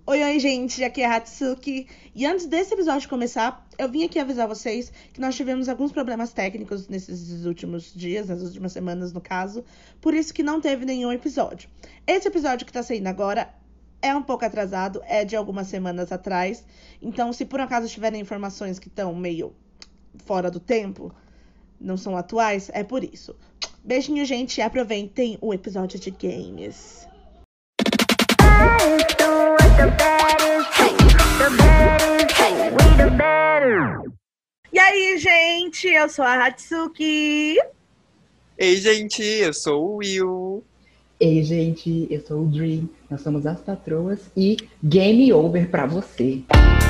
Oi, oi, gente, aqui é a Hatsuki. E antes desse episódio começar, eu vim aqui avisar vocês que nós tivemos alguns problemas técnicos nesses últimos dias, nas últimas semanas, no caso, por isso que não teve nenhum episódio. Esse episódio que tá saindo agora é um pouco atrasado, é de algumas semanas atrás, então se por acaso tiverem informações que estão meio fora do tempo, não são atuais, é por isso. Beijinho, gente, e aproveitem o episódio de games. E aí, gente, eu sou a Hatsuki. Ei, gente, eu sou o Will. Ei, gente, eu sou o Dream. Nós somos as patroas e game over pra você.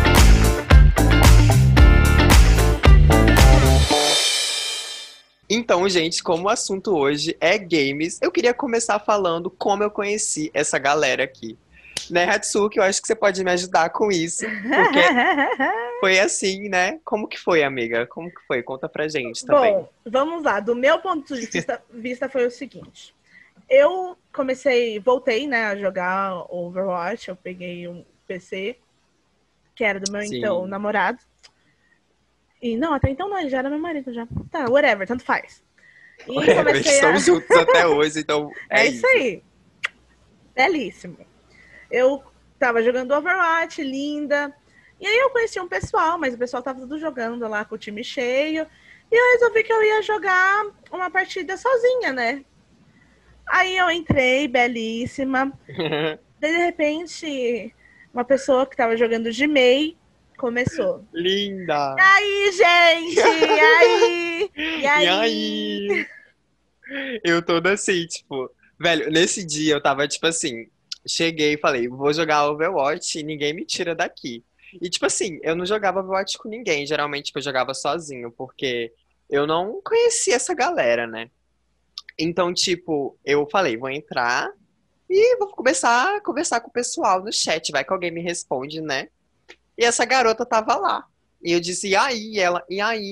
Então, gente, como o assunto hoje é games, eu queria começar falando como eu conheci essa galera aqui. Né, Hatsuki, eu acho que você pode me ajudar com isso, porque foi assim, né? Como que foi, amiga? Como que foi? Conta pra gente também. Bom, vamos lá. Do meu ponto de vista foi o seguinte. Eu voltei, né, a jogar Overwatch. Eu peguei um PC, que era do meu então namorado. E não, até então não, ele já era meu marido já. Tá, whatever, tanto faz. E comecei estamos juntos até hoje, então é isso aí. Belíssimo. Eu tava jogando Overwatch, linda. E aí eu conheci um pessoal, mas o pessoal tava tudo jogando lá com o time cheio. E eu resolvi que eu ia jogar uma partida sozinha, né? Aí eu entrei, belíssima. Daí, de repente, uma pessoa que tava jogando de Mei começou. Linda! E aí, gente? E aí? E aí? Eu toda assim, tipo... Velho, nesse dia eu tava, tipo assim... Cheguei e falei, vou jogar Overwatch e ninguém me tira daqui. E, tipo assim, eu não jogava Overwatch com ninguém. Geralmente, tipo, eu jogava sozinho, porque eu não conhecia essa galera, né? Então, tipo, eu falei, vou entrar e vou começar a conversar com o pessoal no chat. Vai que alguém me responde, né? E essa garota tava lá. E eu disse, e aí? E ela, e aí?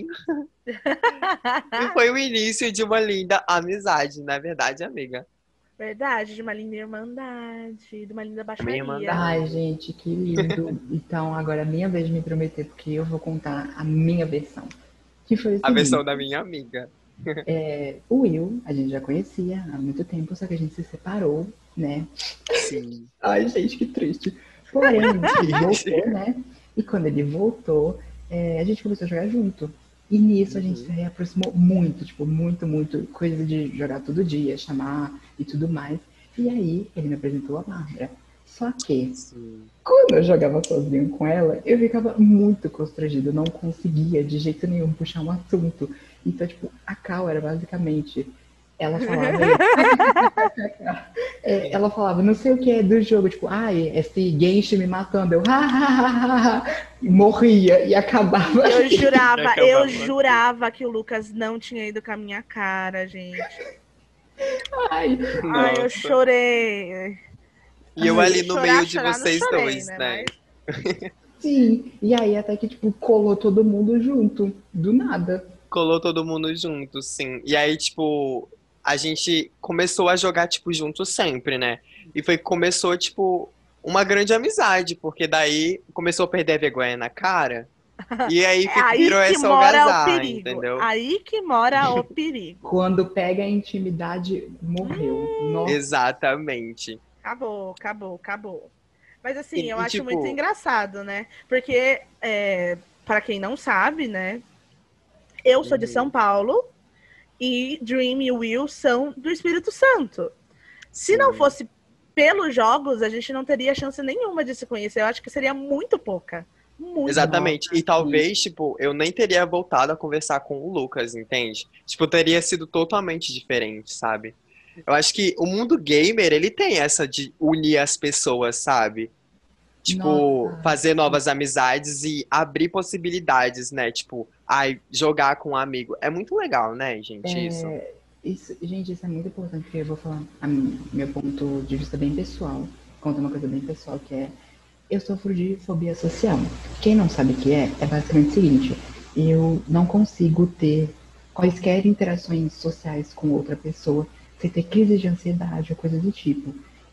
E foi o início de uma linda amizade, não é verdade, amiga? Verdade, de uma linda irmandade, de uma linda baixaria. Ai, gente, que lindo. Então, agora é minha vez de me prometer, porque eu vou contar a minha versão. Que foi o seguinte, a versão da minha amiga. O Will, a gente já conhecia há muito tempo, só que a gente se separou, né? Sim. Ai, gente, que triste. Porém, ele voltou, né? E quando ele voltou, a gente começou a jogar junto. E nisso a gente se reaproximou muito, tipo, muito, coisa de jogar todo dia, chamar e tudo mais. E aí ele me apresentou a Bárbara. Só que, quando eu jogava sozinho com ela, eu ficava muito constrangido, eu não conseguia de jeito nenhum puxar um assunto. Então, tipo, a Cal era basicamente... Ela falava, ela falava, não sei o que é do jogo, tipo, esse Genshin me matando, eu morria e acabava. Eu jurava que o Lucas não tinha ido com a minha cara, gente. Ai, eu chorei. E eu ali no meio de vocês dois, né? Sim, e aí até que, tipo, colou todo mundo junto, do nada. Colou todo mundo junto, sim. E aí, tipo... a gente começou a jogar, tipo, junto sempre, né? E foi que começou, tipo, uma grande amizade, porque daí começou a perder a vergonha na cara, e aí virou essa algazarra, entendeu? Aí que mora o perigo. Quando pega a intimidade, morreu. Nossa. Exatamente. Acabou. Mas assim, eu acho tipo... muito engraçado, né? Porque, para quem não sabe, né? Eu sou de São Paulo, e Dream e Will são do Espírito Santo. Se não fosse pelos jogos, a gente não teria chance nenhuma de se conhecer. Eu acho que seria muito pouca. Exatamente. E talvez, tipo, eu nem teria voltado a conversar com o Lucas, entende? Tipo, teria sido totalmente diferente, sabe? Eu acho que o mundo gamer, ele tem essa de unir as pessoas, sabe? Tipo, fazer novas amizades e abrir possibilidades, né? Tipo, jogar com um amigo. É muito legal, né, gente, Gente, isso é muito importante, porque eu vou falar meu ponto de vista bem pessoal. Conta uma coisa bem pessoal, que é... eu sofro de fobia social. Quem não sabe o que é basicamente o seguinte. Eu não consigo ter quaisquer interações sociais com outra pessoa sem ter crise de ansiedade ou coisa do tipo.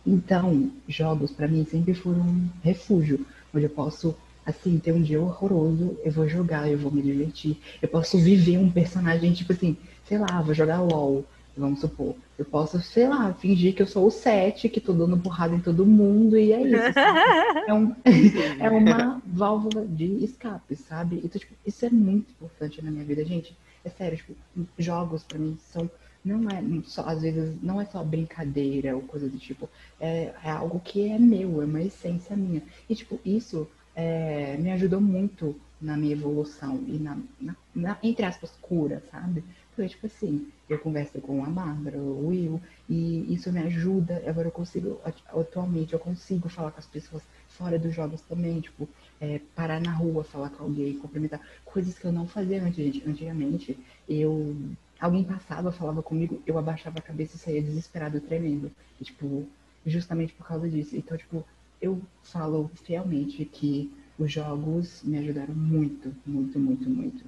Então, jogos pra mim sempre foram um refúgio, onde eu posso, assim, ter um dia horroroso, eu vou jogar, eu vou me divertir. Eu posso viver um personagem, tipo assim, sei lá, vou jogar LOL, vamos supor. Eu posso, sei lá, fingir que eu sou o Sete, que tô dando porrada em todo mundo, e é isso, sabe? É, um, é Sim. uma válvula de escape, sabe? Então, tipo, isso é muito importante na minha vida, gente. É sério, tipo, jogos pra mim são. Não é só, às vezes, não é só brincadeira ou coisa do tipo. É algo que é meu, é uma essência minha. E, tipo, isso me ajudou muito na minha evolução e entre aspas, cura, sabe? Porque, tipo assim, eu converso com a Bárbara, o Will, e isso me ajuda. Agora eu consigo, atualmente, eu consigo falar com as pessoas fora dos jogos também, tipo, parar na rua, falar com alguém, cumprimentar. Coisas que eu não fazia antes, gente. Antigamente, eu alguém passava, falava comigo, eu abaixava a cabeça e saía desesperado, tremendo. E, tipo, justamente por causa disso. Então, tipo, eu falo fielmente que os jogos me ajudaram muito, muito, muito, muito.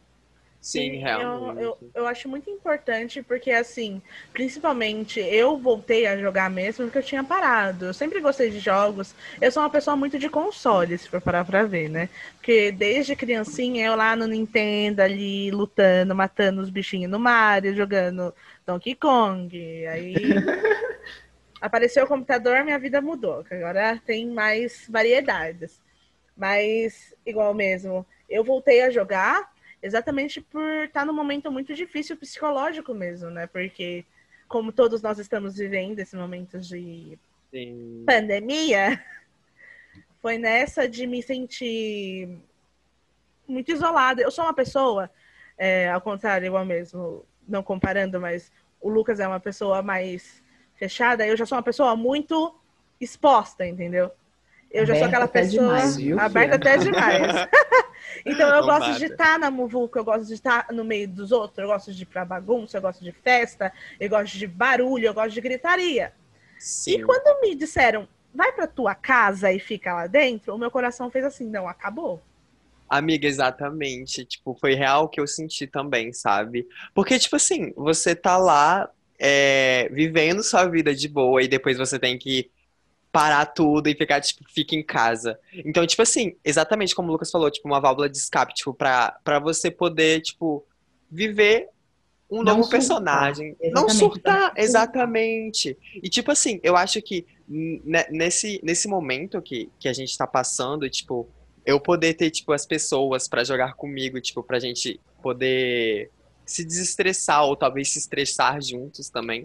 Sim, Sim, realmente. eu acho muito importante porque, assim, principalmente eu voltei a jogar mesmo porque eu tinha parado. Eu sempre gostei de jogos. Eu sou uma pessoa muito de console, se for parar pra ver, né? Porque desde criancinha eu lá no Nintendo ali lutando, matando os bichinhos no Mario, jogando Donkey Kong. Aí apareceu o computador, minha vida mudou, que agora tem mais variedades. Mas, igual mesmo, eu voltei a jogar exatamente por estar num momento muito difícil psicológico mesmo, né? Porque, como todos nós estamos vivendo esse momento de Sim. pandemia, foi nessa de me sentir muito isolada. Eu sou uma pessoa, ao contrário, igual mesmo, não comparando, mas o Lucas é uma pessoa mais fechada, eu já sou uma pessoa muito exposta, entendeu? Eu já sou Aberta aquela até demais, pessoa viu, Sim. aberta Fia? até demais. Então eu gosto de Amada. estar na muvuca, eu gosto de estar no meio dos outros, eu gosto de ir pra bagunça, eu gosto de festa, eu gosto de barulho, eu gosto de gritaria. E Sim. quando me disseram, vai pra tua casa e fica lá dentro, o meu coração fez assim, não, acabou. Amiga, exatamente. Tipo, foi real o que eu senti também, sabe? Porque, tipo assim, você tá lá, vivendo sua vida de boa e depois você tem que parar tudo e ficar, tipo, fica em casa. Então, tipo assim, exatamente como o Lucas falou, tipo, uma válvula de escape, tipo, pra você poder, tipo, viver um Não novo surtar. personagem. Não Exatamente, pra surtar, não surtar. exatamente. E, tipo assim, eu acho que nesse momento que a gente tá passando, tipo, eu poder ter, tipo, as pessoas pra jogar comigo, tipo, pra gente poder se desestressar ou talvez se estressar juntos também,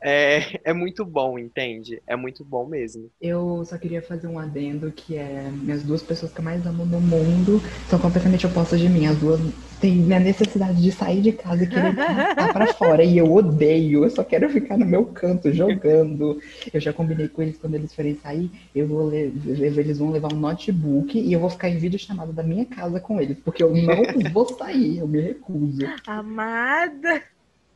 é muito bom, entende? É muito bom mesmo. Eu só queria fazer um adendo que minhas duas pessoas que eu mais amo no mundo são completamente opostas de mim. As duas têm minha necessidade de sair de casa e querer me arrastar pra fora. E eu odeio, eu só quero ficar no meu canto jogando. Eu já combinei com eles quando eles forem sair, eles vão levar um notebook e eu vou ficar em vídeo chamada da minha casa com eles, porque eu não vou sair, eu me recuso. Amada,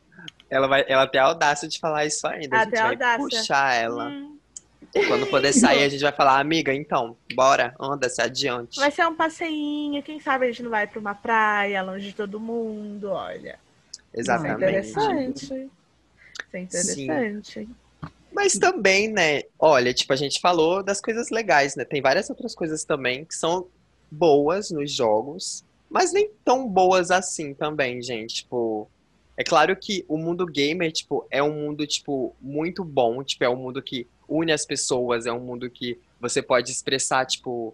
Ela tem a audácia de falar isso ainda. A até gente a vai audácia. puxar ela. Quando poder sair, a gente vai falar, amiga, então, bora, anda-se Vai adiante. ser um passeinho, quem sabe a gente não vai pra uma praia, longe de todo mundo, olha. Isso é Não, faz Exatamente. parte. interessante. Isso é Sim. interessante. Mas também, né, olha, tipo, a gente falou das coisas legais, né? Tem várias outras coisas também que são boas nos jogos, mas nem tão boas assim também, gente. Tipo, é claro que o mundo gamer, tipo, é um mundo, tipo, muito bom, tipo, é um mundo que une as pessoas, é um mundo que você pode expressar, tipo,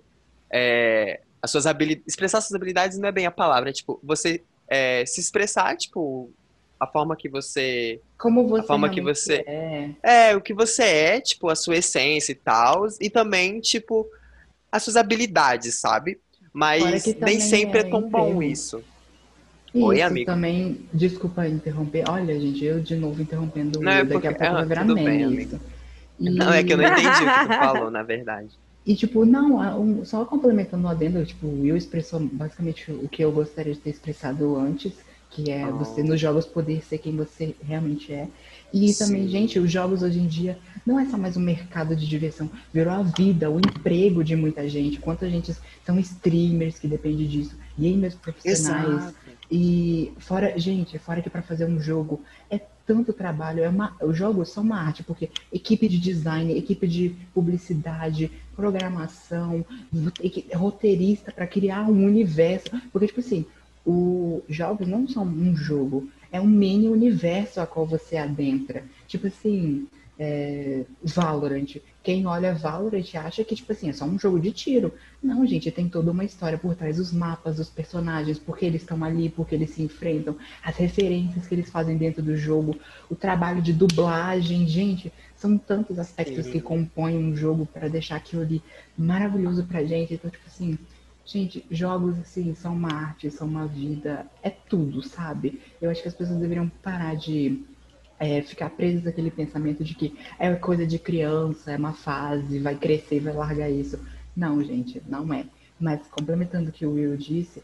as suas habilidades. Expressar suas habilidades não é bem a palavra, é, tipo, você se expressar, tipo, a forma que você. Como A você forma que realmente você é. o que você é, tipo, a sua essência e tal, e também, tipo, as suas habilidades, sabe? Fora que Mas nem também sempre é é tão bom emprego. isso. E Oi, isso amiga? também, desculpa interromper. Olha, gente, eu de novo interrompendo o Não é Will. Daqui a porque. pouco vai virar Tudo bem, meme amiga. isso. Não, é que eu não E, entendi o que tu falou, na verdade. tipo, não, só complementando o adendo, tipo, o Will expressou basicamente o que eu gostaria de ter expressado antes, que é você Oh, nos jogos poder ser quem você realmente é. E também, gente, sim. os jogos hoje em dia não é só mais um mercado de diversão, virou a vida, o emprego de muita gente. Quanta gente são streamers que dependem disso, gamers profissionais. Exato. E fora, gente, fora que para fazer um jogo é tanto trabalho, os jogos são uma arte, porque equipe de design, equipe de publicidade, programação, roteirista para criar um universo, porque tipo assim, os jogos não são um jogo, é um mini universo a qual você adentra. Tipo assim, Valorant. Quem olha Valorant acha que, tipo assim, é só um jogo de tiro. Não, gente, tem toda uma história por trás dos mapas, dos personagens, porque eles estão ali, porque eles se enfrentam, as referências que eles fazem dentro do jogo, o trabalho de dublagem, gente, são tantos aspectos que compõem um jogo para deixar aquilo ali maravilhoso pra gente. Então, tipo assim, gente, jogos assim são uma arte, são uma vida, é tudo, sabe? Eu acho que as pessoas deveriam parar de ficar presas naquele pensamento de que é coisa de criança, é uma fase, vai crescer, vai largar isso. Não, gente, não é. Mas complementando o que o Will disse,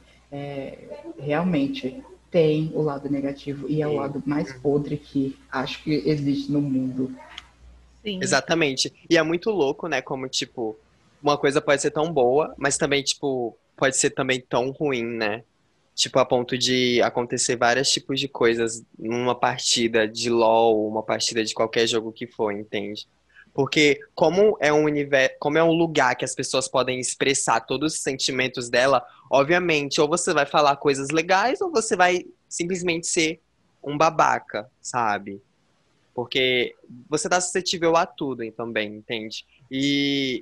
realmente tem o lado negativo e é o lado mais podre que acho que existe no mundo. Sim. Exatamente. E é muito louco, né? Como, tipo, uma coisa pode ser tão boa, mas também, tipo, pode ser também tão ruim, né? Tipo, a ponto de acontecer vários tipos de coisas numa partida de LoL, uma partida de qualquer jogo que for, entende? Porque como é um universo, como é um lugar que as pessoas podem expressar todos os sentimentos dela, obviamente, ou você vai falar coisas legais, ou você vai simplesmente ser um babaca, sabe? Porque você tá suscetível a tudo também, entende? E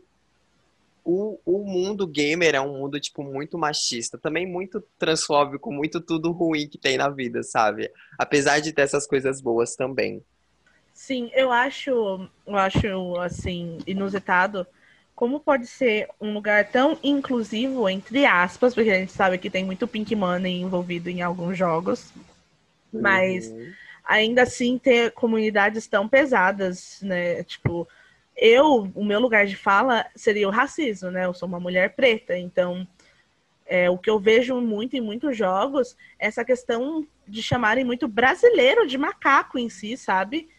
o mundo gamer é um mundo, tipo, muito machista, também muito transfóbico, muito tudo ruim que tem na vida, sabe? Apesar de ter essas coisas boas também. Sim, eu acho assim, inusitado como pode ser um lugar tão inclusivo, entre aspas, porque a gente sabe que tem muito pink money envolvido em alguns jogos, mas Uhum. ainda assim ter comunidades tão pesadas, né? Tipo, o meu lugar de fala seria o racismo, né? Eu sou uma mulher preta, então o que eu vejo muito em muitos jogos é essa questão de chamarem muito brasileiro de macaco em si, sabe?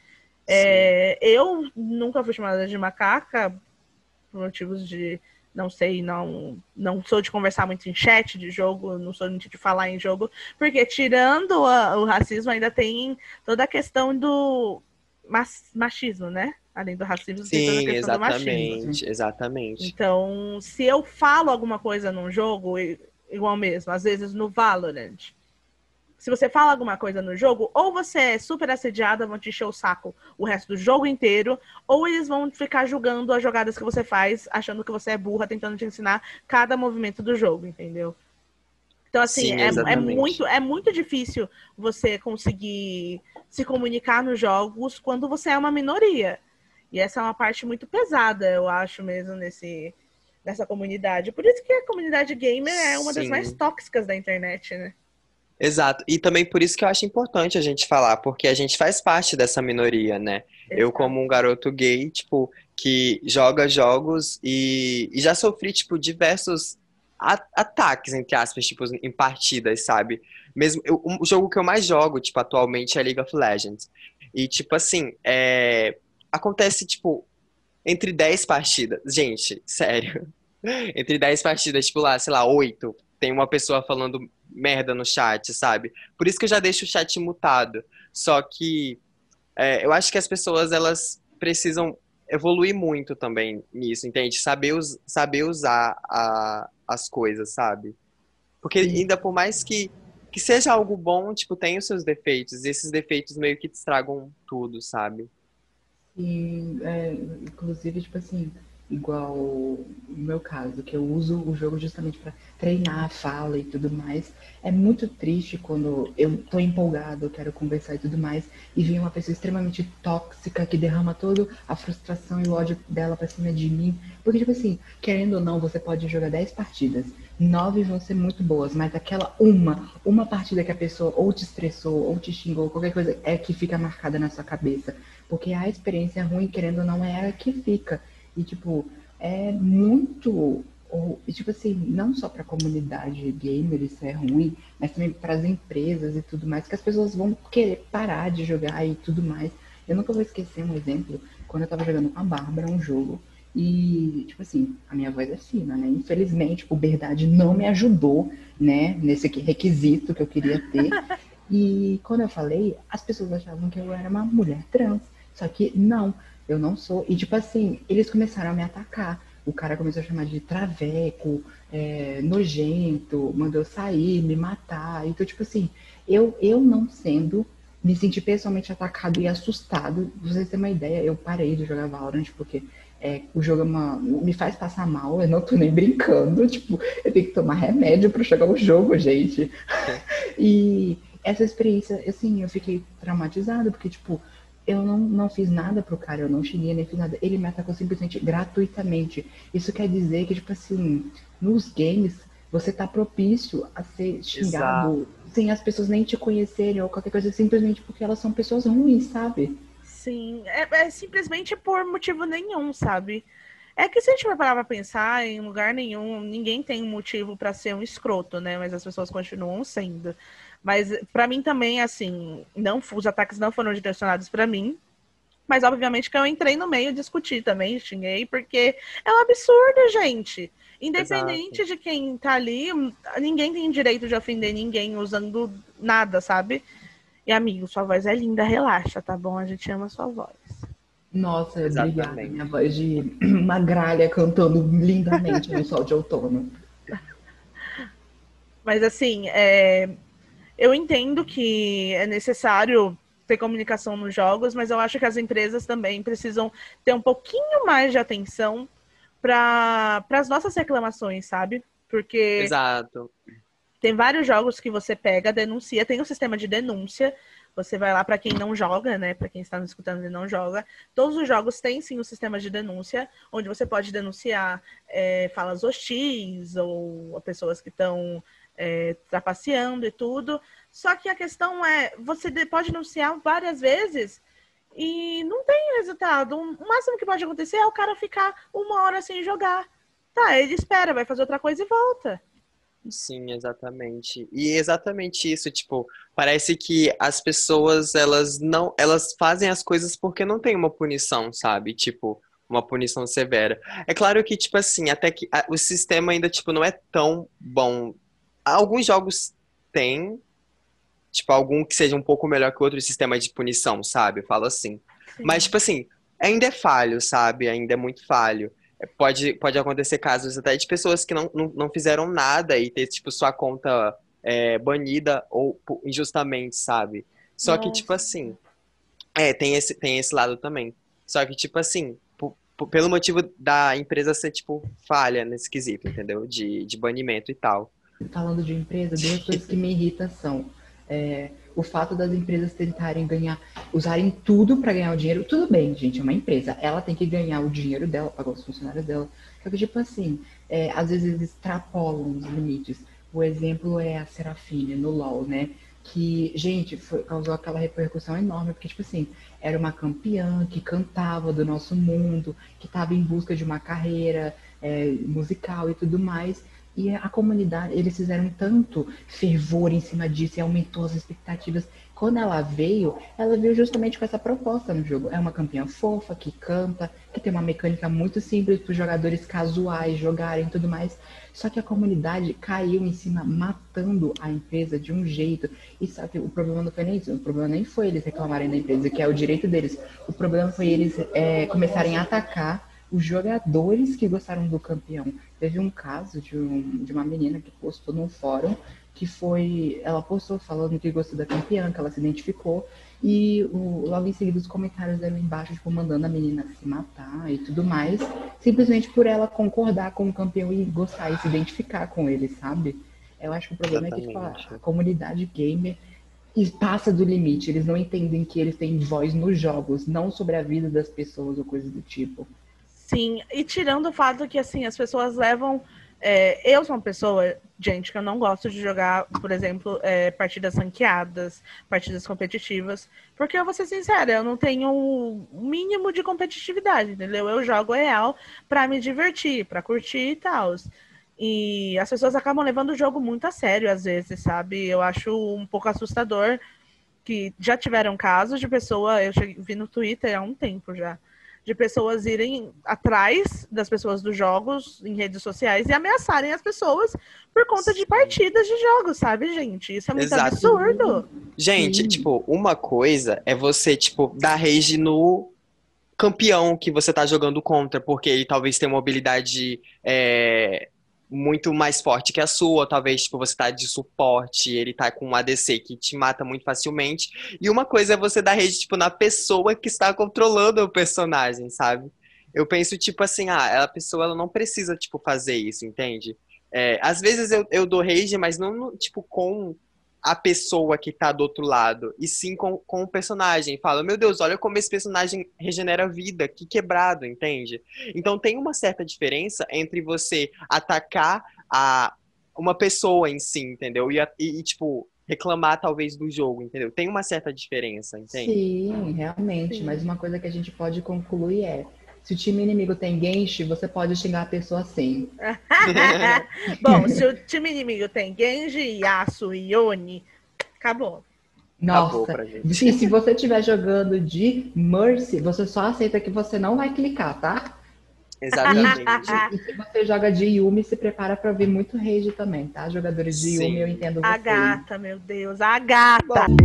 Eu nunca fui chamada de macaca por motivos de não sei, não sou de conversar muito em chat de jogo, não sou muito de falar em jogo, porque tirando o racismo ainda tem toda a questão do machismo, né? Além do racismo, tem toda a Sim, questão do machismo. exatamente, exatamente. Então, se eu falo alguma coisa num jogo, igual mesmo, às vezes no Valorant, se você fala alguma coisa no jogo, ou você é super assediada, vão te encher o saco o resto do jogo inteiro, ou eles vão ficar julgando as jogadas que você faz, achando que você é burra, tentando te ensinar cada movimento do jogo, entendeu? Então, assim, Sim, muito, exatamente. é muito difícil você conseguir se comunicar nos jogos quando você é uma minoria. E essa é uma parte muito pesada, eu acho mesmo, nessa comunidade. Por isso que a comunidade gamer é uma das mais Sim. tóxicas da internet, né? Exato. E também por isso que eu acho importante a gente falar, porque a gente faz parte dessa minoria, né? Eu, Exato. como um garoto gay, tipo, que joga jogos e já sofri, tipo, diversos ataques, entre aspas, tipo, em partidas, sabe? Mesmo, o jogo que eu mais jogo, tipo, atualmente é League of Legends. E, tipo, assim, acontece, tipo, entre 10 partidas. Gente, sério. Entre 10 partidas, tipo lá, sei lá, 8, tem uma pessoa falando merda no chat, sabe? Por isso que eu já deixo o chat mutado. Só que eu acho que as pessoas, elas precisam evoluir muito também nisso, entende? Saber usar as coisas, sabe? Porque Sim. ainda por mais que seja algo bom, tipo, tem os seus defeitos, e esses defeitos meio que estragam tudo, sabe? E, inclusive, tipo assim, igual o meu caso, que eu uso o jogo justamente para treinar a fala e tudo mais. É muito triste quando eu tô empolgado, eu quero conversar e tudo mais, e vem uma pessoa extremamente tóxica que derrama toda a frustração e o ódio dela pra cima de mim. Porque, tipo assim, querendo ou não, você pode jogar 10 partidas. 9 vão ser muito boas, mas aquela uma partida que a pessoa ou te estressou, ou te xingou, qualquer coisa, é que fica marcada na sua cabeça. Porque a experiência ruim, querendo ou não, é a que fica. E, tipo, é muito. E, tipo assim, não só pra comunidade gamer isso é ruim, mas também para as empresas e tudo mais, que as pessoas vão querer parar de jogar e tudo mais. Eu nunca vou esquecer um exemplo, quando eu tava jogando com a Bárbara um jogo, e, tipo assim, a minha voz é fina, né? Infelizmente, puberdade não me ajudou, né, nesse requisito que eu queria ter. E quando eu falei, as pessoas achavam que eu era uma mulher trans. Só que não, eu não sou. E tipo assim, eles começaram a me atacar. O cara começou a chamar de traveco, nojento, mandou eu sair, me matar. Então, tipo assim, eu não sendo, me senti pessoalmente atacado e assustado. Pra vocês terem uma ideia, eu parei de jogar Valorant porque o jogo me faz passar mal, eu não tô nem brincando. Tipo, eu tenho que tomar remédio pra jogar o jogo, gente. E essa experiência, assim, eu fiquei traumatizada, porque, tipo, eu não fiz nada pro cara, eu não xinguei nem fiz nada. Ele me atacou simplesmente gratuitamente. Isso quer dizer que, tipo assim, nos games, você tá propício a ser Exato. xingado sem as pessoas nem te conhecerem ou qualquer coisa, simplesmente porque elas são pessoas ruins, sabe? Sim, é simplesmente por motivo nenhum, sabe? É que se a gente for parar pra pensar, em lugar nenhum, ninguém tem um motivo pra ser um escroto, né? Mas as pessoas continuam sendo. Mas pra mim também, assim, não, os ataques não foram direcionados pra mim. Mas obviamente que eu entrei no meio e discuti também, xinguei, porque é um absurdo, gente. Exato. Independente de quem tá ali, ninguém tem direito de ofender ninguém usando nada, sabe? E amigo, sua voz é linda, relaxa, tá bom? A gente ama sua voz. Nossa, obrigada. Minha Exatamente. voz de uma gralha cantando lindamente no sol de outono. Mas assim, eu entendo que é necessário ter comunicação nos jogos, mas eu acho que as empresas também precisam ter um pouquinho mais de atenção para as nossas reclamações, sabe? Porque Exato. tem vários jogos que você pega, denuncia, tem um sistema de denúncia. Você vai lá para quem não joga, né? Para quem está nos escutando e não joga. Todos os jogos têm sim o sistema de denúncia, onde você pode denunciar falas hostis ou pessoas que estão trapaceando e tudo. Só que a questão é, você pode denunciar várias vezes e não tem resultado. O máximo que pode acontecer é o cara ficar 1 hora sem jogar. Tá, ele espera, vai fazer outra coisa e volta. Sim, exatamente. E exatamente isso, tipo, parece que as pessoas, elas não, elas fazem as coisas porque não tem uma punição, sabe? Tipo, uma punição severa. É claro que, tipo assim, até que o sistema ainda, tipo, não é tão bom. Alguns jogos têm, tipo, algum que seja um pouco melhor que o outro sistema de punição, sabe? Eu falo assim. Mas, Sim. tipo assim, ainda é falho, sabe? Ainda é muito falho. Pode acontecer casos até de pessoas que não fizeram nada e ter, tipo, sua conta banida ou injustamente, sabe? Só que, tipo Nossa. assim, tem esse lado também. Só que, tipo assim, pelo motivo da empresa ser, tipo, falha nesse quesito, entendeu? De banimento e tal. Falando de empresa, duas coisas que me irritam são o fato das empresas tentarem ganhar, usarem tudo para ganhar o dinheiro. Tudo bem, gente, é uma empresa, ela tem que ganhar o dinheiro dela, pagar os funcionários dela. Só que, tipo assim, às vezes eles extrapolam os limites. O exemplo é a Serafine no LoL, né? Que, gente, causou aquela repercussão enorme, porque, tipo assim, era uma campeã que cantava do nosso mundo, que estava em busca de uma carreira musical e tudo mais. E a comunidade, eles fizeram tanto fervor em cima disso e aumentou as expectativas. Quando ela veio justamente com essa proposta no jogo. É uma campeã fofa, que canta, que tem uma mecânica muito simples para os jogadores casuais jogarem e tudo mais. Só que a comunidade caiu em cima, matando a empresa de um jeito. E sabe, o problema não foi nem isso. O problema nem foi eles reclamarem da empresa, que é o direito deles. O problema foi eles começarem a atacar os jogadores que gostaram do campeão. Teve um caso de uma menina que postou num fórum ela postou falando que gostou da campeã, que ela se identificou, e logo em seguida os comentários dela embaixo, tipo, mandando a menina se matar e tudo mais, simplesmente por ela concordar com o campeão e gostar e se identificar com ele, sabe? Eu acho que o problema é que tipo, a Exatamente. comunidade gamer passa do limite, eles não entendem que eles têm voz nos jogos, não sobre a vida das pessoas ou coisas do tipo. Sim, e tirando o fato que, assim, as pessoas levam... eu sou uma pessoa, gente, que eu não gosto de jogar, por exemplo, partidas ranqueadas, partidas competitivas, porque eu vou ser sincera, eu não tenho o mínimo de competitividade, entendeu? Eu jogo real pra me divertir, pra curtir e tal. E as pessoas acabam levando o jogo muito a sério, às vezes, sabe? Eu acho um pouco assustador que já tiveram casos de pessoa, vi no Twitter há um tempo já, de pessoas irem atrás das pessoas dos jogos em redes sociais e ameaçarem as pessoas por conta de Sim. partidas de jogos, sabe, gente? Isso é muito Exato. absurdo. Gente, Sim. tipo, uma coisa é você, tipo, dar rage no campeão que você tá jogando contra, porque ele talvez tenha uma habilidade muito mais forte que a sua, ou talvez tipo, você tá de suporte, ele tá com um ADC que te mata muito facilmente. E uma coisa é você dar rage tipo, na pessoa que está controlando o personagem, sabe? Eu penso, tipo assim, a pessoa ela não precisa, tipo, fazer isso, entende? Às vezes eu dou rage, mas não, tipo, com a pessoa que tá do outro lado, e sim com o personagem. Fala, meu Deus, olha como esse personagem regenera vida, que quebrado, entende? Então tem uma certa diferença entre você atacar a uma pessoa em si, entendeu? Tipo, reclamar talvez do jogo, entendeu? Tem uma certa diferença, entende? Sim, realmente. Mas Sim. uma coisa que a gente pode concluir é: se o time inimigo tem Genshi, você pode xingar a pessoa assim. Bom, se o time inimigo tem Genji, Yasuo e Yone, acabou. Acabou Nossa, pra e gente. se você estiver jogando de Mercy, você só aceita que você não vai clicar, tá? E, Exatamente. e se você joga de Yumi, se prepara pra vir muito rage também, tá? Jogadores de Yumi, eu Sim. entendo A vocês. gata, meu Deus, a gata. Bom,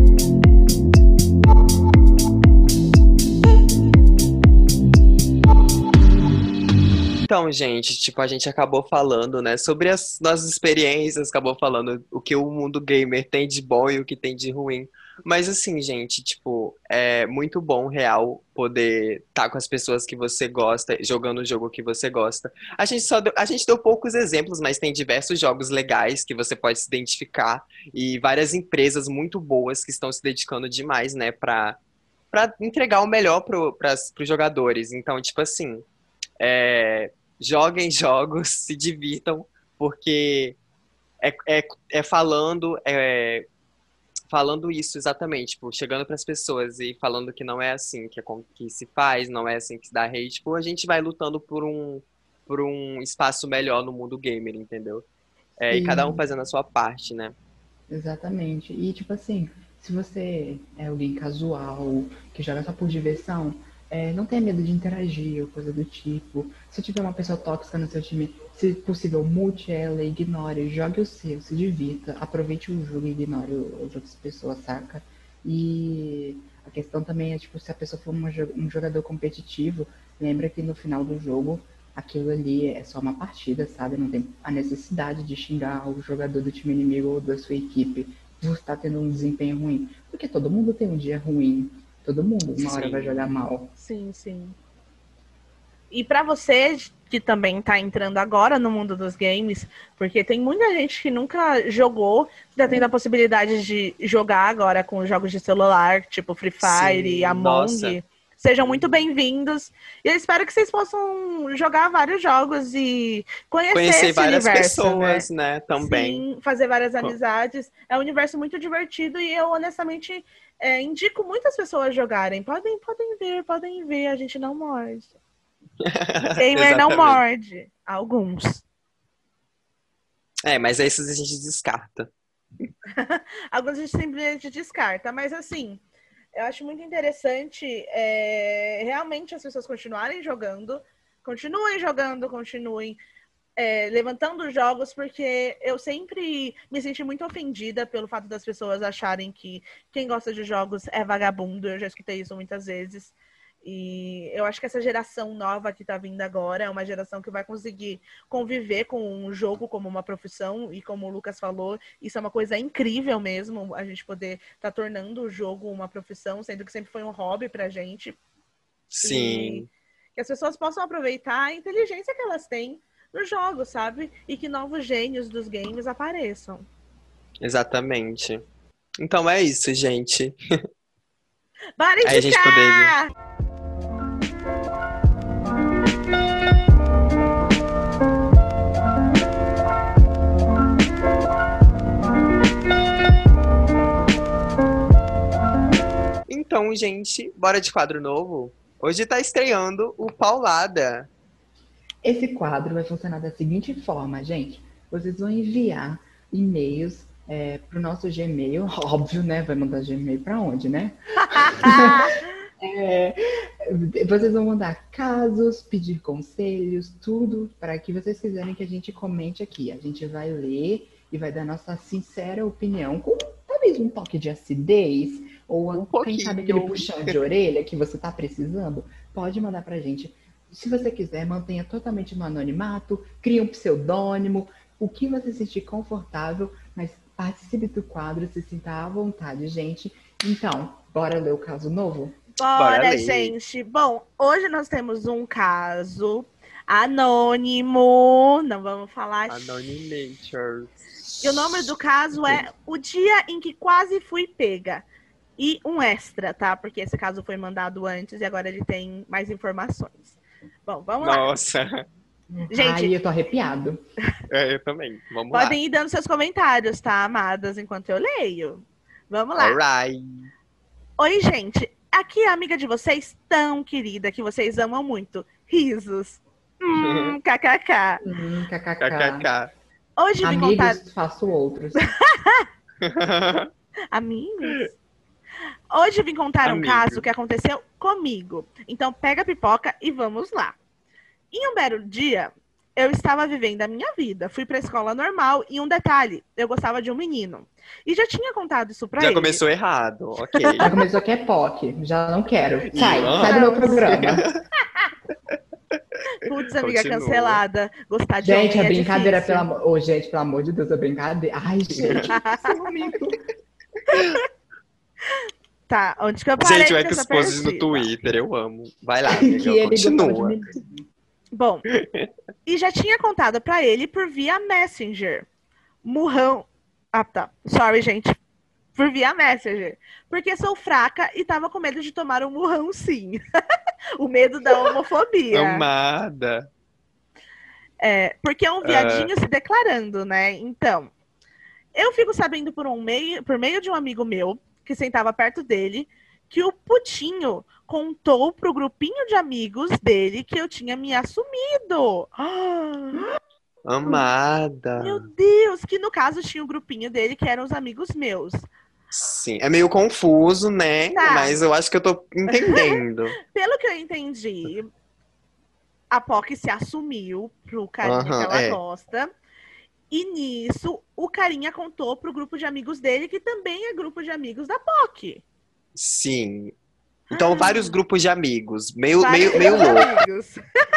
então, gente, tipo, a gente acabou falando, né, sobre as nossas experiências, acabou falando o que o mundo gamer tem de bom e o que tem de ruim. Mas assim, gente, tipo, é muito bom, real, poder estar com as pessoas que você gosta, jogando o jogo que você gosta. A gente deu poucos exemplos, mas tem diversos jogos legais que você pode se identificar e várias empresas muito boas que estão se dedicando demais, né, para entregar o melhor para os jogadores. Então, tipo assim, joguem jogos, se divirtam, porque é, é, é falando, falando isso exatamente, tipo, chegando para as pessoas e falando que não é assim que se faz, não é assim que se dá hate, tipo, a gente vai lutando por um espaço melhor no mundo gamer, entendeu? E cada um Sim, fazendo a sua parte, né? exatamente. E tipo assim, se você é alguém casual, que joga só por diversão, não tenha medo de interagir ou coisa do tipo. Se tiver uma pessoa tóxica no seu time, se possível, mute ela, ignore, jogue o seu, se divirta, aproveite o jogo e ignore as outras pessoas, saca? E a questão também é, tipo, se a pessoa for um jogador competitivo, lembra que no final do jogo aquilo ali é só uma partida, sabe? Não tem a necessidade de xingar o jogador do time inimigo ou da sua equipe por estar tendo um desempenho ruim. Porque todo mundo tem um dia ruim. Todo mundo uma hora vai jogar Sim, mal. Sim, sim. E para você que também está entrando agora no mundo dos games, porque tem muita gente que nunca jogou, está tendo a possibilidade de jogar agora com jogos de celular, tipo Free Fire, sim, nossa. Among. Sejam muito Uhum. bem-vindos. E eu espero que vocês possam jogar vários jogos e conhecer Conhecer esse várias universo, né? pessoas, né, também. Sim, fazer várias amizades. É um universo muito divertido e eu, honestamente, indico muitas pessoas jogarem. Podem ver, a gente não morde. Gamer não Exatamente. morde. Alguns. Mas esses a gente descarta. Alguns a gente simplesmente descarta. Mas assim, eu acho muito interessante realmente as pessoas continuem jogando, continuem levantando jogos, porque eu sempre me senti muito ofendida pelo fato das pessoas acharem que quem gosta de jogos é vagabundo. Eu já escutei isso muitas vezes. E eu acho que essa geração nova que tá vindo agora é uma geração que vai conseguir conviver com um jogo como uma profissão. E como o Lucas falou, isso é uma coisa incrível mesmo, a gente poder estar tornando o jogo uma profissão, sendo que sempre foi um hobby pra gente. E Sim, que as pessoas possam aproveitar a inteligência que elas têm no jogo, sabe? E que novos gênios dos games apareçam. exatamente. Então é isso, gente. Parem Aí a de gente poderia. cá! Então, gente, bora de quadro novo? Hoje tá estreando o Paulada. Esse quadro vai funcionar da seguinte forma, gente. Vocês vão enviar e-mails para o nosso Gmail, óbvio, né? Vai mandar Gmail para onde, né? É, vocês vão mandar casos, pedir conselhos, tudo para que vocês quiserem que a gente comente aqui. A gente vai ler e vai dar nossa sincera opinião, com talvez um toque de acidez, ou quem pouquinho. sabe aquele puxão de orelha que você tá precisando, pode mandar pra gente. Se você quiser, mantenha totalmente no anonimato, crie um pseudônimo, o que você se sentir confortável, mas participe do quadro, se sinta à vontade, gente. Então, bora ler o caso novo? Bora Bora, ler. gente. Bom, hoje nós temos um caso anônimo. Não vamos falar. Anonymator. E o nome do caso é O Dia em que Quase Fui Pega. E um extra, tá? Porque esse caso foi mandado antes e agora ele tem mais informações. Bom, vamos lá. Nossa, Gente, Ai, eu tô arrepiado. eu também. Vamos lá. podem ir dando seus comentários, tá, amadas, enquanto eu leio. Vamos lá. Alright. Oi, gente. Aqui é a amiga de vocês tão querida que vocês amam muito. Risos. KKK. KKK. KKK. Hoje vim contar... Amigos, faço outros. Amigos? Hoje vim contar um Amigo. caso que aconteceu comigo. Então pega a pipoca e vamos lá. Em um belo dia, eu estava vivendo a minha vida. Fui pra escola normal e um detalhe, eu gostava de um menino. E já tinha contado isso pra Já ele. começou errado, ok. Já começou que é POC. Já não quero. Sai Não. do meu programa. Putz, amiga Continua. cancelada. Gostar de Gente, homem a é brincadeira, difícil. pelo amor... Ô, gente, pelo amor de Deus, a brincadeira. Ai, gente, seu amigo. Tá, onde que eu parei Gente, o nessa Exposes no pesquisa? Twitter, eu amo. Vai lá, amiga, Que ele gostava de continua. menino. Bom, e já tinha contado pra ele por via Messenger. Murrão. Ah, tá. Sorry, gente. Por via Messenger. Porque sou fraca e tava com medo de tomar um murrão, sim. O medo da homofobia. Amada. É, porque é um viadinho se declarando, né? Então, eu fico sabendo por meio de um amigo meu, que sentava perto dele, que o putinho contou pro grupinho de amigos dele que eu tinha me assumido. Amada. Meu Deus, que no caso tinha um grupinho dele que eram os amigos meus. Sim, é meio confuso, né? Tá. Mas eu acho que eu tô entendendo. Pelo que eu entendi, a POC se assumiu pro carinha Aham, que ela é. gosta. E nisso, o carinha contou pro grupo de amigos dele, que também é grupo de amigos da POC. Sim. Então, vários grupos de amigos. Meio Vários louco. amigos.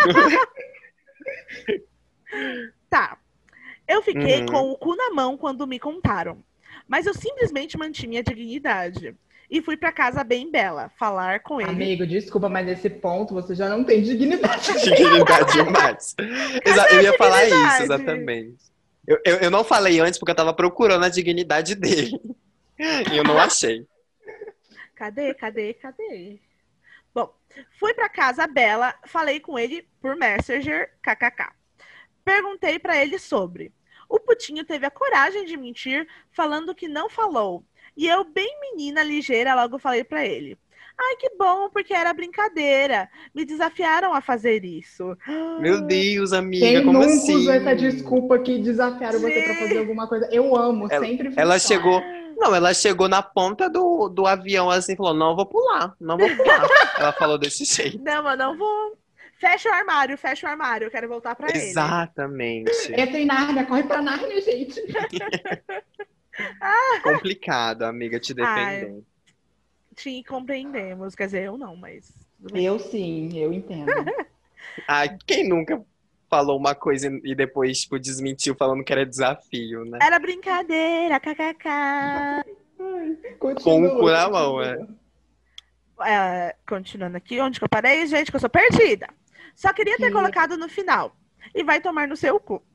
Tá. Eu fiquei Uhum. com o cu na mão quando me contaram. Mas eu simplesmente mantive minha dignidade. E fui pra casa bem bela, falar com ele. Amigo, desculpa, mas nesse ponto você já não tem dignidade. Dignidade demais. Eu ia falar isso, dignidade? exatamente. Eu não falei antes porque eu tava procurando a dignidade dele. E eu não achei. Cadê? Bom, fui pra casa bela, falei com ele por Messenger, kkk. Perguntei pra ele sobre. O putinho teve a coragem de mentir, falando que não falou. E eu, bem menina ligeira, logo falei pra ele. Ai, que bom, porque era brincadeira. Me desafiaram a fazer isso. Meu Deus, amiga, Quem como nunca assim? usou essa desculpa que desafiaram você pra fazer alguma coisa? Eu amo, sempre Ela funciona. chegou. Não, ela chegou na ponta do avião assim e falou: não vou pular, não vou pular. Ela falou desse jeito. Não, mas não vou. Fecha o armário, eu quero voltar pra ele. Exatamente. Entra em Nárnia, corre pra Nárnia, gente. Complicado, amiga, te defender. Te compreendemos, quer dizer, eu não, mas... tudo bem. Eu sim, eu entendo. Ai, quem nunca falou uma coisa e depois, tipo, desmentiu falando que era desafio, né? Era brincadeira, kkk. Continua, Com o cu na continua. mão, Continuando aqui, onde que eu parei, gente, que eu sou perdida. Só queria ter colocado no final. E vai tomar no seu cu.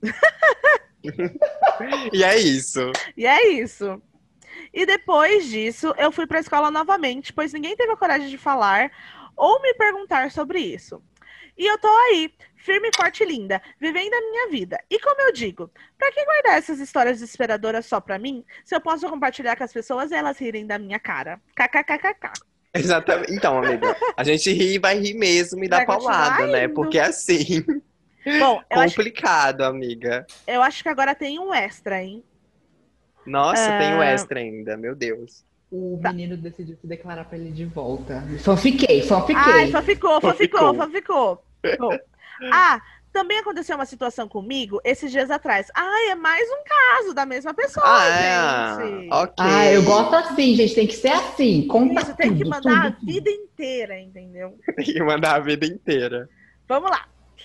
E é isso. E é isso. E depois disso, eu fui pra escola novamente, pois ninguém teve a coragem de falar ou me perguntar sobre isso. E eu tô aí, firme, forte e linda, vivendo a minha vida. E como eu digo, pra que guardar essas histórias desesperadoras só pra mim, se eu posso compartilhar com as pessoas e elas rirem da minha cara? KKKKK. Exatamente. Então, amiga, a gente ri e vai rir mesmo e dá Vai continuar paulada, né? rindo. Porque é assim, Bom, complicado, amiga. eu acho que agora tem um extra, hein? Nossa, tem o extra ainda, meu Deus. O Tá. menino decidiu se declarar pra ele de volta. Fanfiquei. Ai, só ficou. Bom. Ah, Também aconteceu uma situação comigo esses dias atrás. Ai, é mais um caso da mesma pessoa, gente. Ok. Ah, eu gosto assim, gente. Tem que ser assim. Conta Isso, tem que tudo, mandar a tudo. vida inteira, entendeu? Tem que mandar a vida inteira. Vamos lá.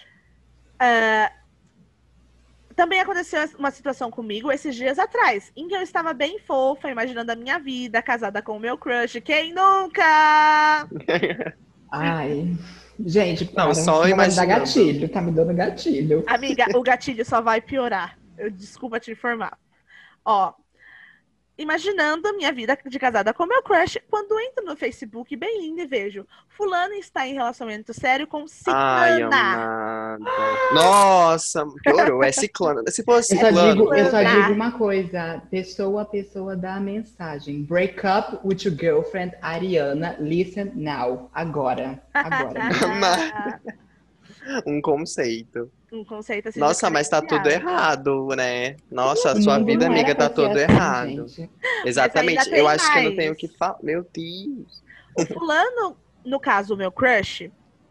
Também aconteceu uma situação comigo esses dias atrás, em que eu estava bem fofa, imaginando a minha vida, casada com o meu crush. Quem nunca? Ai. Gente, Não, para. só Não vai dar imaginando. gatilho. Tá me dando gatilho. Amiga, o gatilho só vai piorar. Desculpa te informar. Ó, imaginando a minha vida de casada com meu crush, quando entro no Facebook bem lindo e vejo fulano está em relacionamento sério com Ai, ciclana. amada. Nossa, piorou. É ciclano. Se fosse Eu só ciclano. digo uma coisa. Pessoa a pessoa dá a mensagem. Break up with your girlfriend, Ariana. Listen now. Agora. Agora. Um conceito. Um conceito assim. Nossa, mas tá tudo errado, né? Nossa, a O sua mundo vida, não era amiga, tá pra ser todo assim, errado. gente. Exatamente. ainda tem Eu acho que eu não mais. tenho o que falar. Meu Deus. O fulano, no caso, o meu crush.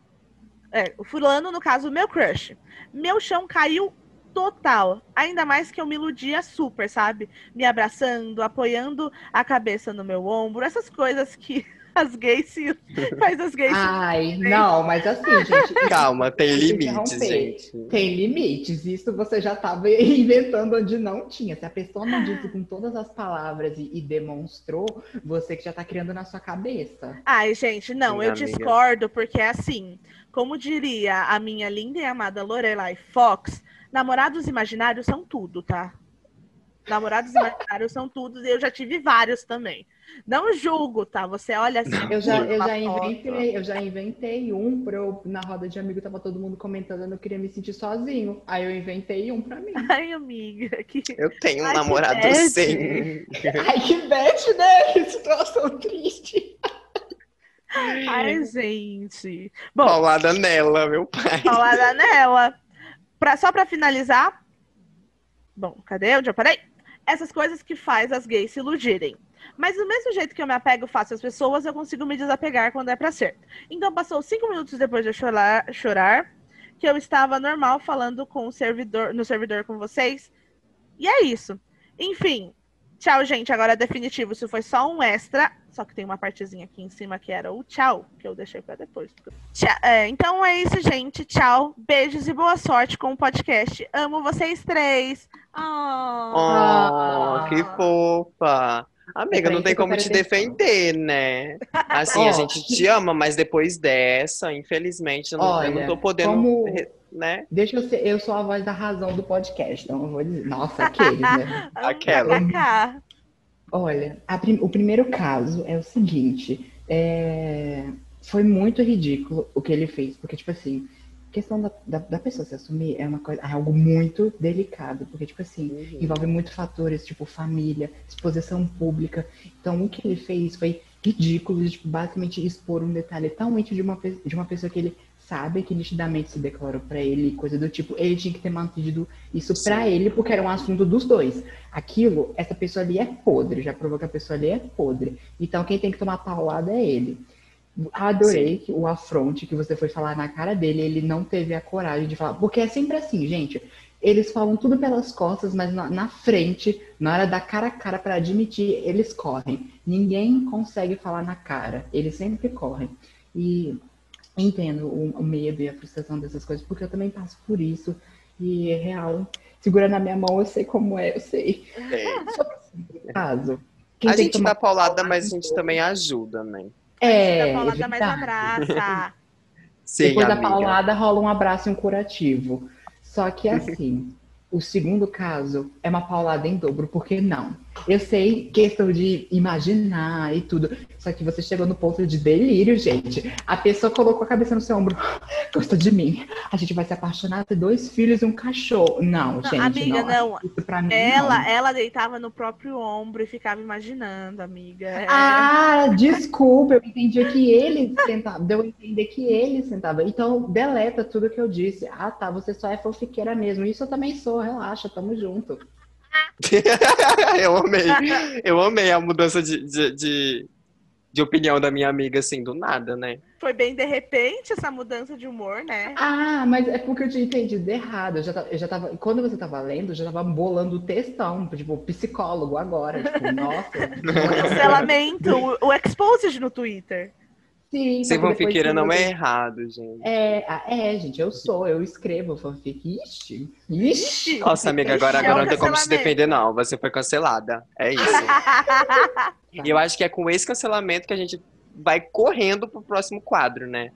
O fulano, no caso, o meu crush. Meu chão caiu total. Ainda mais que eu me iludia super, sabe? Me abraçando, apoiando a cabeça no meu ombro. Essas coisas que as gays se... faz as gays se... Ai, não, mas assim, gente. Calma, tem Deixa eu limites, interromper. gente. Tem limites. Isso você já estava inventando onde não tinha. Se a pessoa não disse com todas as palavras e demonstrou, você que já tá criando na sua cabeça. Ai, gente, não, Sim, eu amiga. discordo, porque assim, como diria a minha linda e amada Lorelai Fox, namorados imaginários são tudo, tá? Namorados imaginários são tudo, e eu já tive vários também. Não julgo, tá? Você olha assim. Eu foto. já inventei um pra eu, na roda de amigo, tava todo mundo comentando, eu não queria me sentir sozinho. Aí eu inventei um pra mim. Ai, amiga, que... Eu tenho um Ai, que namorado bad. sem. Ai, que bad, né? Que situação triste. Ai, gente. Bom, Paulada nela, meu pai. paulada nela. Só pra finalizar. Bom, cadê? Onde eu parei? Essas coisas que faz as gays se iludirem. Mas do mesmo jeito que eu me apego fácil às pessoas, eu consigo me desapegar quando é pra ser. Então passou 5 minutos depois de eu chorar, que eu estava normal falando com no servidor com vocês. E é isso. Enfim, tchau, gente. Agora é definitivo. Isso foi só um extra. Só que tem uma partezinha aqui em cima que era o tchau, que eu deixei pra depois. Então é isso, gente. Tchau. Beijos e boa sorte com o podcast. Amo vocês três. Oh, que fofa. Amiga, não tem como te defender, né? Assim, a gente te ama, mas depois dessa, infelizmente, eu não tô podendo, né? Deixa eu ser, eu sou a voz da razão do podcast, então eu vou dizer. Nossa, aqueles, né? Aquela. Olha, o primeiro caso é o seguinte, foi muito ridículo o que ele fez, porque, tipo assim, a questão da pessoa se assumir é uma coisa, é algo muito delicado, porque, tipo assim, envolve muitos fatores, tipo família, exposição pública. Então, o que ele fez foi ridículo, de, tipo, basicamente expor um detalhe tão íntimo de uma pessoa que ele sabe que nitidamente se declarou pra ele, coisa do tipo, ele tinha que ter mantido isso pra ele, porque era um assunto dos dois. Aquilo, essa pessoa ali é podre, já provou que a pessoa ali é podre. Então, quem tem que tomar paulada é ele. Adorei o afronte que você foi falar na cara dele, ele não teve a coragem de falar, porque é sempre assim, gente, eles falam tudo pelas costas, mas na frente, na hora da cara a cara para admitir, eles correm. Ninguém consegue falar na cara, eles sempre correm. E entendo o medo e a frustração dessas coisas, porque eu também passo por isso, e é real, segura na minha mão, eu sei como é, eu sei. Sobre esse caso, a gente dá paulada, mas a gente também ajuda, né? Da paulada mais abraça. Sim, depois amiga. da paulada rola um abraço e um curativo. Só que assim, o segundo caso é uma paulada em dobro, porque não? Eu sei questão de imaginar e tudo, só que você chegou no ponto de delírio, gente. A pessoa colocou a cabeça no seu ombro, gostou de mim, a gente vai se apaixonar, ter 2 filhos e um cachorro. Não, gente, amiga, não. Isso pra mim, Ela deitava no próprio ombro e ficava imaginando, amiga. Ah, desculpa, eu entendi que ele sentava. Deu a entender que ele sentava. Então, deleta tudo que eu disse. Ah, tá, você só é fofiqueira mesmo. Isso eu também sou, relaxa, tamo junto. Eu amei a mudança de de opinião da minha amiga, assim, do nada, né? Foi bem de repente essa mudança de humor, né? Ah, mas é porque eu tinha entendido errado. Eu já tava, quando você tava lendo, eu já tava bolando o textão, tipo, psicólogo agora. Tipo, nossa. Cancelamento, o exposed no Twitter. Sim, só Ser que depois fanfiqueira que não é você... errado, gente. Gente, eu escrevo fanfic. Ixi. Nossa, amiga, agora Ixi, é um não tem como se cancelamento. defender, não. Você foi cancelada. É isso. E eu acho que é com esse cancelamento que a gente vai correndo pro próximo quadro, né?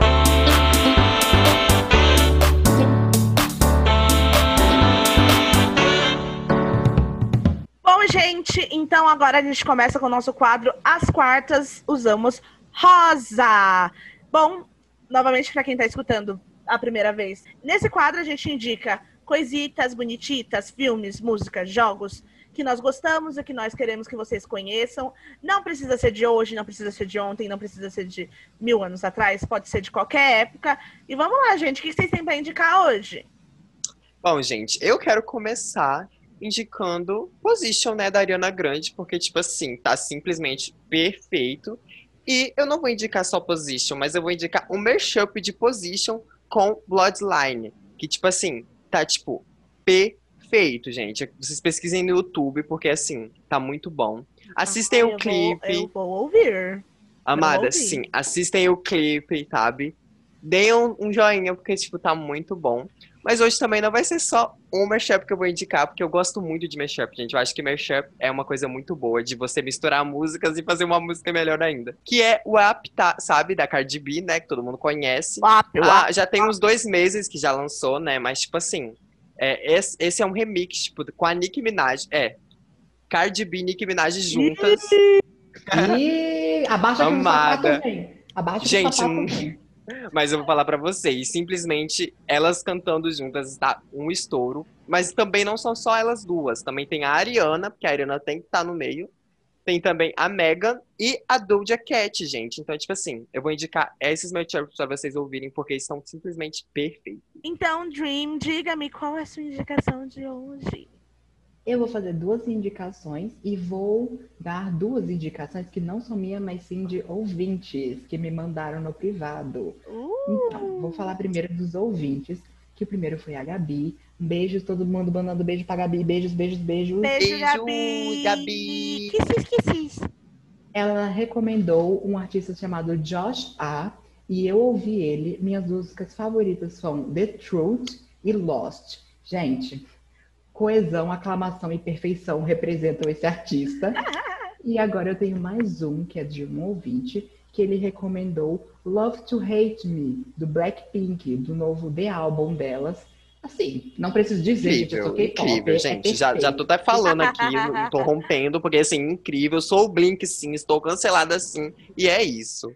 Bom, gente, então agora a gente começa com o nosso quadro As Quartas Usamos Rosa. Bom, novamente para quem tá escutando a primeira vez, nesse quadro a gente indica coisitas bonititas, filmes, músicas, jogos que nós gostamos e que nós queremos que vocês conheçam. Não precisa ser de hoje, não precisa ser de ontem, não precisa ser de 1000 anos atrás, pode ser de qualquer época. E vamos lá, gente, o que vocês têm para indicar hoje? Bom, gente, eu quero começar indicando Position, né, da Ariana Grande, porque, tipo assim, tá simplesmente perfeito. E eu não vou indicar só Position, mas eu vou indicar um mashup de Position com Bloodline, que, tipo assim, tá, tipo, perfeito, gente. Vocês pesquisem no YouTube, porque, assim, tá muito bom. Assistem o clipe. Eu vou ouvir. Amada, ouvir. sim, assistem o clipe, sabe? Deem um joinha, porque, tipo, tá muito bom. Mas hoje também não vai ser só um mashup que eu vou indicar, porque eu gosto muito de mashup, gente. Eu acho que mashup é uma coisa muito boa, de você misturar músicas e fazer uma música melhor ainda. Que é o Up, tá, sabe? Da Cardi B, né? Que todo mundo conhece. Já tem uns 2 meses que já lançou, né? Mas, tipo assim, esse é um remix, tipo, com a Nicki Minaj. Cardi B e Nicki Minaj juntas. E abaixa aqui no sapato Amada. também. Abaixa aqui Gente, no sapato também. Mas eu vou falar pra vocês, simplesmente elas cantando juntas está um estouro. Mas também não são só elas duas, também tem a Ariana, porque a Ariana tem que estar no meio. Tem também a Megan e a Doja Cat, gente. Então, tipo assim, eu vou indicar esses matchups pra vocês ouvirem, porque eles são simplesmente perfeitos. Então, Dream, diga-me qual é a sua indicação de hoje? Eu vou fazer 2 indicações e vou dar 2 indicações que não são minhas, mas sim de ouvintes que me mandaram no privado. Então, vou falar primeiro dos ouvintes, que o primeiro foi a Gabi. Beijos, todo mundo mandando beijo pra Gabi. Beijos, beijos, beijos. Beijo, Gabi. Gabi. Kisses. Ela recomendou um artista chamado Josh A. E eu ouvi ele. Minhas músicas favoritas são The Truth e Lost. Gente, coesão, aclamação e perfeição representam esse artista. E agora eu tenho mais um, que é de um ouvinte, que ele recomendou Love to Hate Me, do Blackpink, do novo The Album delas. Assim, não preciso dizer, gente, eu sou K-pop. Incrível, gente. Já tô até falando aqui, não tô rompendo, porque assim, incrível. Eu sou o Blink, sim, estou cancelada sim. E é isso.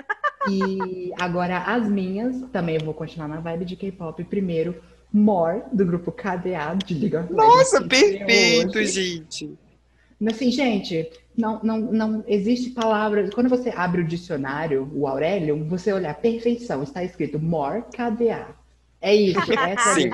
E agora as minhas, também eu vou continuar na vibe de K-pop. Primeiro, More, do grupo KDA, de League of Legends. Nossa, perfeito, gente. Assim, gente, não existe palavra. Quando você abre o dicionário, o Aurelium, você olhar perfeição, está escrito More KDA. É isso. Sim.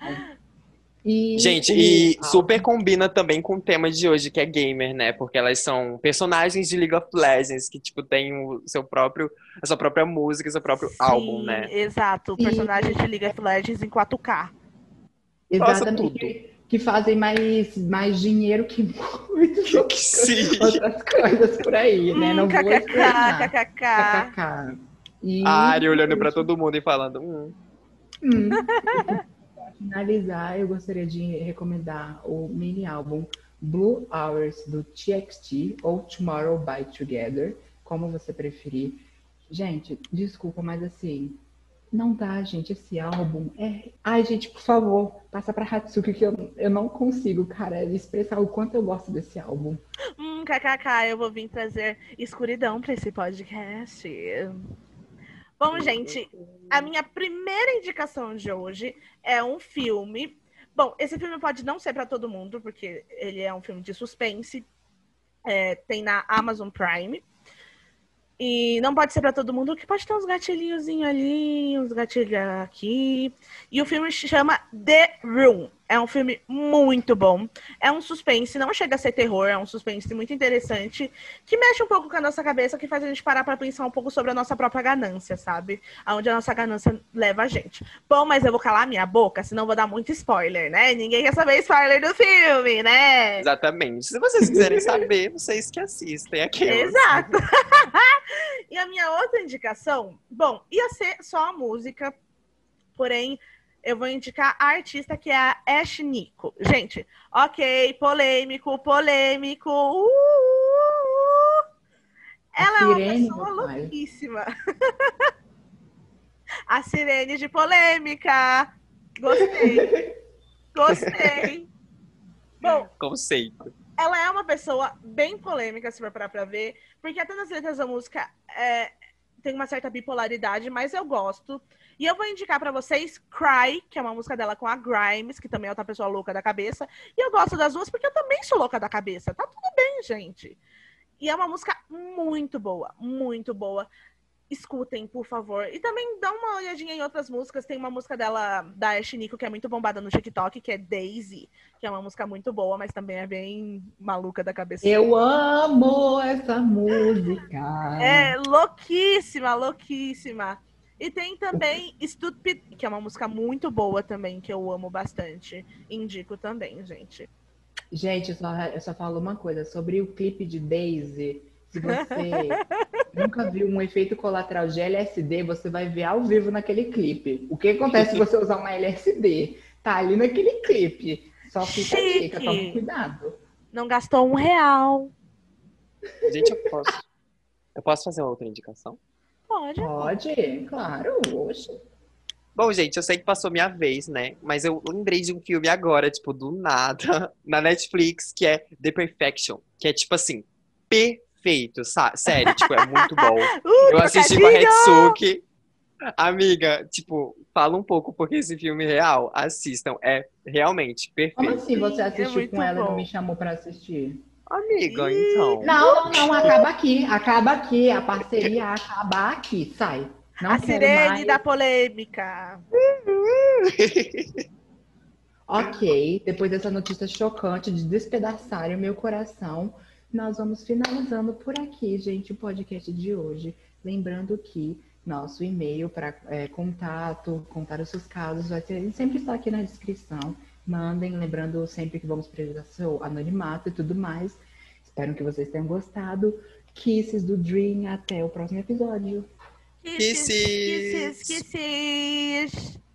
Gente, e super combina também com o tema de hoje, que é gamer, né? Porque elas são personagens de League of Legends que, tipo, tem a sua própria música, seu próprio álbum, né? Exato. Personagens de League of Legends em 4K. Exatamente. Que fazem mais dinheiro que muitas outras coisas por aí, né? Não vou explanar. KKK. E a Ari olhando pra todo mundo e falando... Para finalizar, eu gostaria de recomendar o mini álbum Blue Hours do TXT ou Tomorrow by Together, como você preferir. Gente, desculpa, mas assim, não dá, gente, esse álbum é... Ai, gente, por favor, passa pra Hatsuki que eu não consigo, cara, expressar o quanto eu gosto desse álbum. KKK, eu vou vir trazer escuridão pra esse podcast. Bom, gente, a minha primeira indicação de hoje é um filme. Bom, esse filme pode não ser para todo mundo, porque ele é um filme de suspense. Tem na Amazon Prime. E não pode ser para todo mundo, que pode ter uns gatilhinhos ali, uns gatilhos aqui. E o filme se chama The Room. É um filme muito bom. É um suspense, não chega a ser terror, é um suspense muito interessante, que mexe um pouco com a nossa cabeça, que faz a gente parar pra pensar um pouco sobre a nossa própria ganância, sabe? Aonde a nossa ganância leva a gente. Bom, mas eu vou calar minha boca, senão vou dar muito spoiler, né? Ninguém quer saber spoiler do filme, né? Exatamente. Se vocês quiserem saber, vocês que assistem aquelas. Exato. E a minha outra indicação, bom, ia ser só a música, porém, eu vou indicar a artista que é a Ash Nico. Gente, ok, polêmico. Ela é uma Sirene, pessoa meu pai. louquíssima. A sirene de polêmica. Gostei. Bom, Conceito. ela é uma pessoa bem polêmica, se for parar pra ver, porque até nas letras da música tem uma certa bipolaridade, mas eu gosto. E eu vou indicar pra vocês Cry, que é uma música dela com a Grimes, que também é outra pessoa louca da cabeça. E eu gosto das duas porque eu também sou louca da cabeça. Tá tudo bem, gente. E é uma música muito boa, muito boa. Escutem, por favor. E também dá uma olhadinha em outras músicas. Tem uma música dela, da Ash Nico, que é muito bombada no TikTok, que é Daisy, que é uma música muito boa, mas também é bem maluca da cabeça. Eu amo essa música. É louquíssima. E tem também Stupid, que é uma música muito boa também, que eu amo bastante. Indico também, gente. Gente, eu só falo uma coisa sobre o clipe de Daisy. Se você nunca viu um efeito colateral de LSD, você vai ver ao vivo naquele clipe. O que acontece se você usar uma LSD? Tá ali naquele clipe. Só fica a dica, toma cuidado. Não gastou R$1. Gente, eu posso fazer outra indicação? Pode, claro. Oxe. Bom, gente, eu sei que passou minha vez, né? Mas eu lembrei de um filme agora, tipo, do nada, na Netflix, que é The Perfection. Que é, tipo assim, perfeito, sério, tipo, é muito bom. Eu assisti com a Retsuki. Amiga, tipo, fala um pouco porque esse filme real, assistam, é realmente perfeito. Como assim você assistiu muito com ela e bom. não me chamou pra assistir? Amiga, então. Não, acaba aqui. A parceria acaba aqui, sai. Não a quero sirene mais. da polêmica. Ok, depois dessa notícia chocante de despedaçar o meu coração, nós vamos finalizando por aqui, gente, o podcast de hoje. Lembrando que nosso e-mail para contar os seus casos, ele sempre está aqui na descrição. Mandem, lembrando sempre que vamos precisar seu anonimato e tudo mais. Espero que vocês tenham gostado. Kisses do Dream, até o próximo episódio. Kisses. Kisses.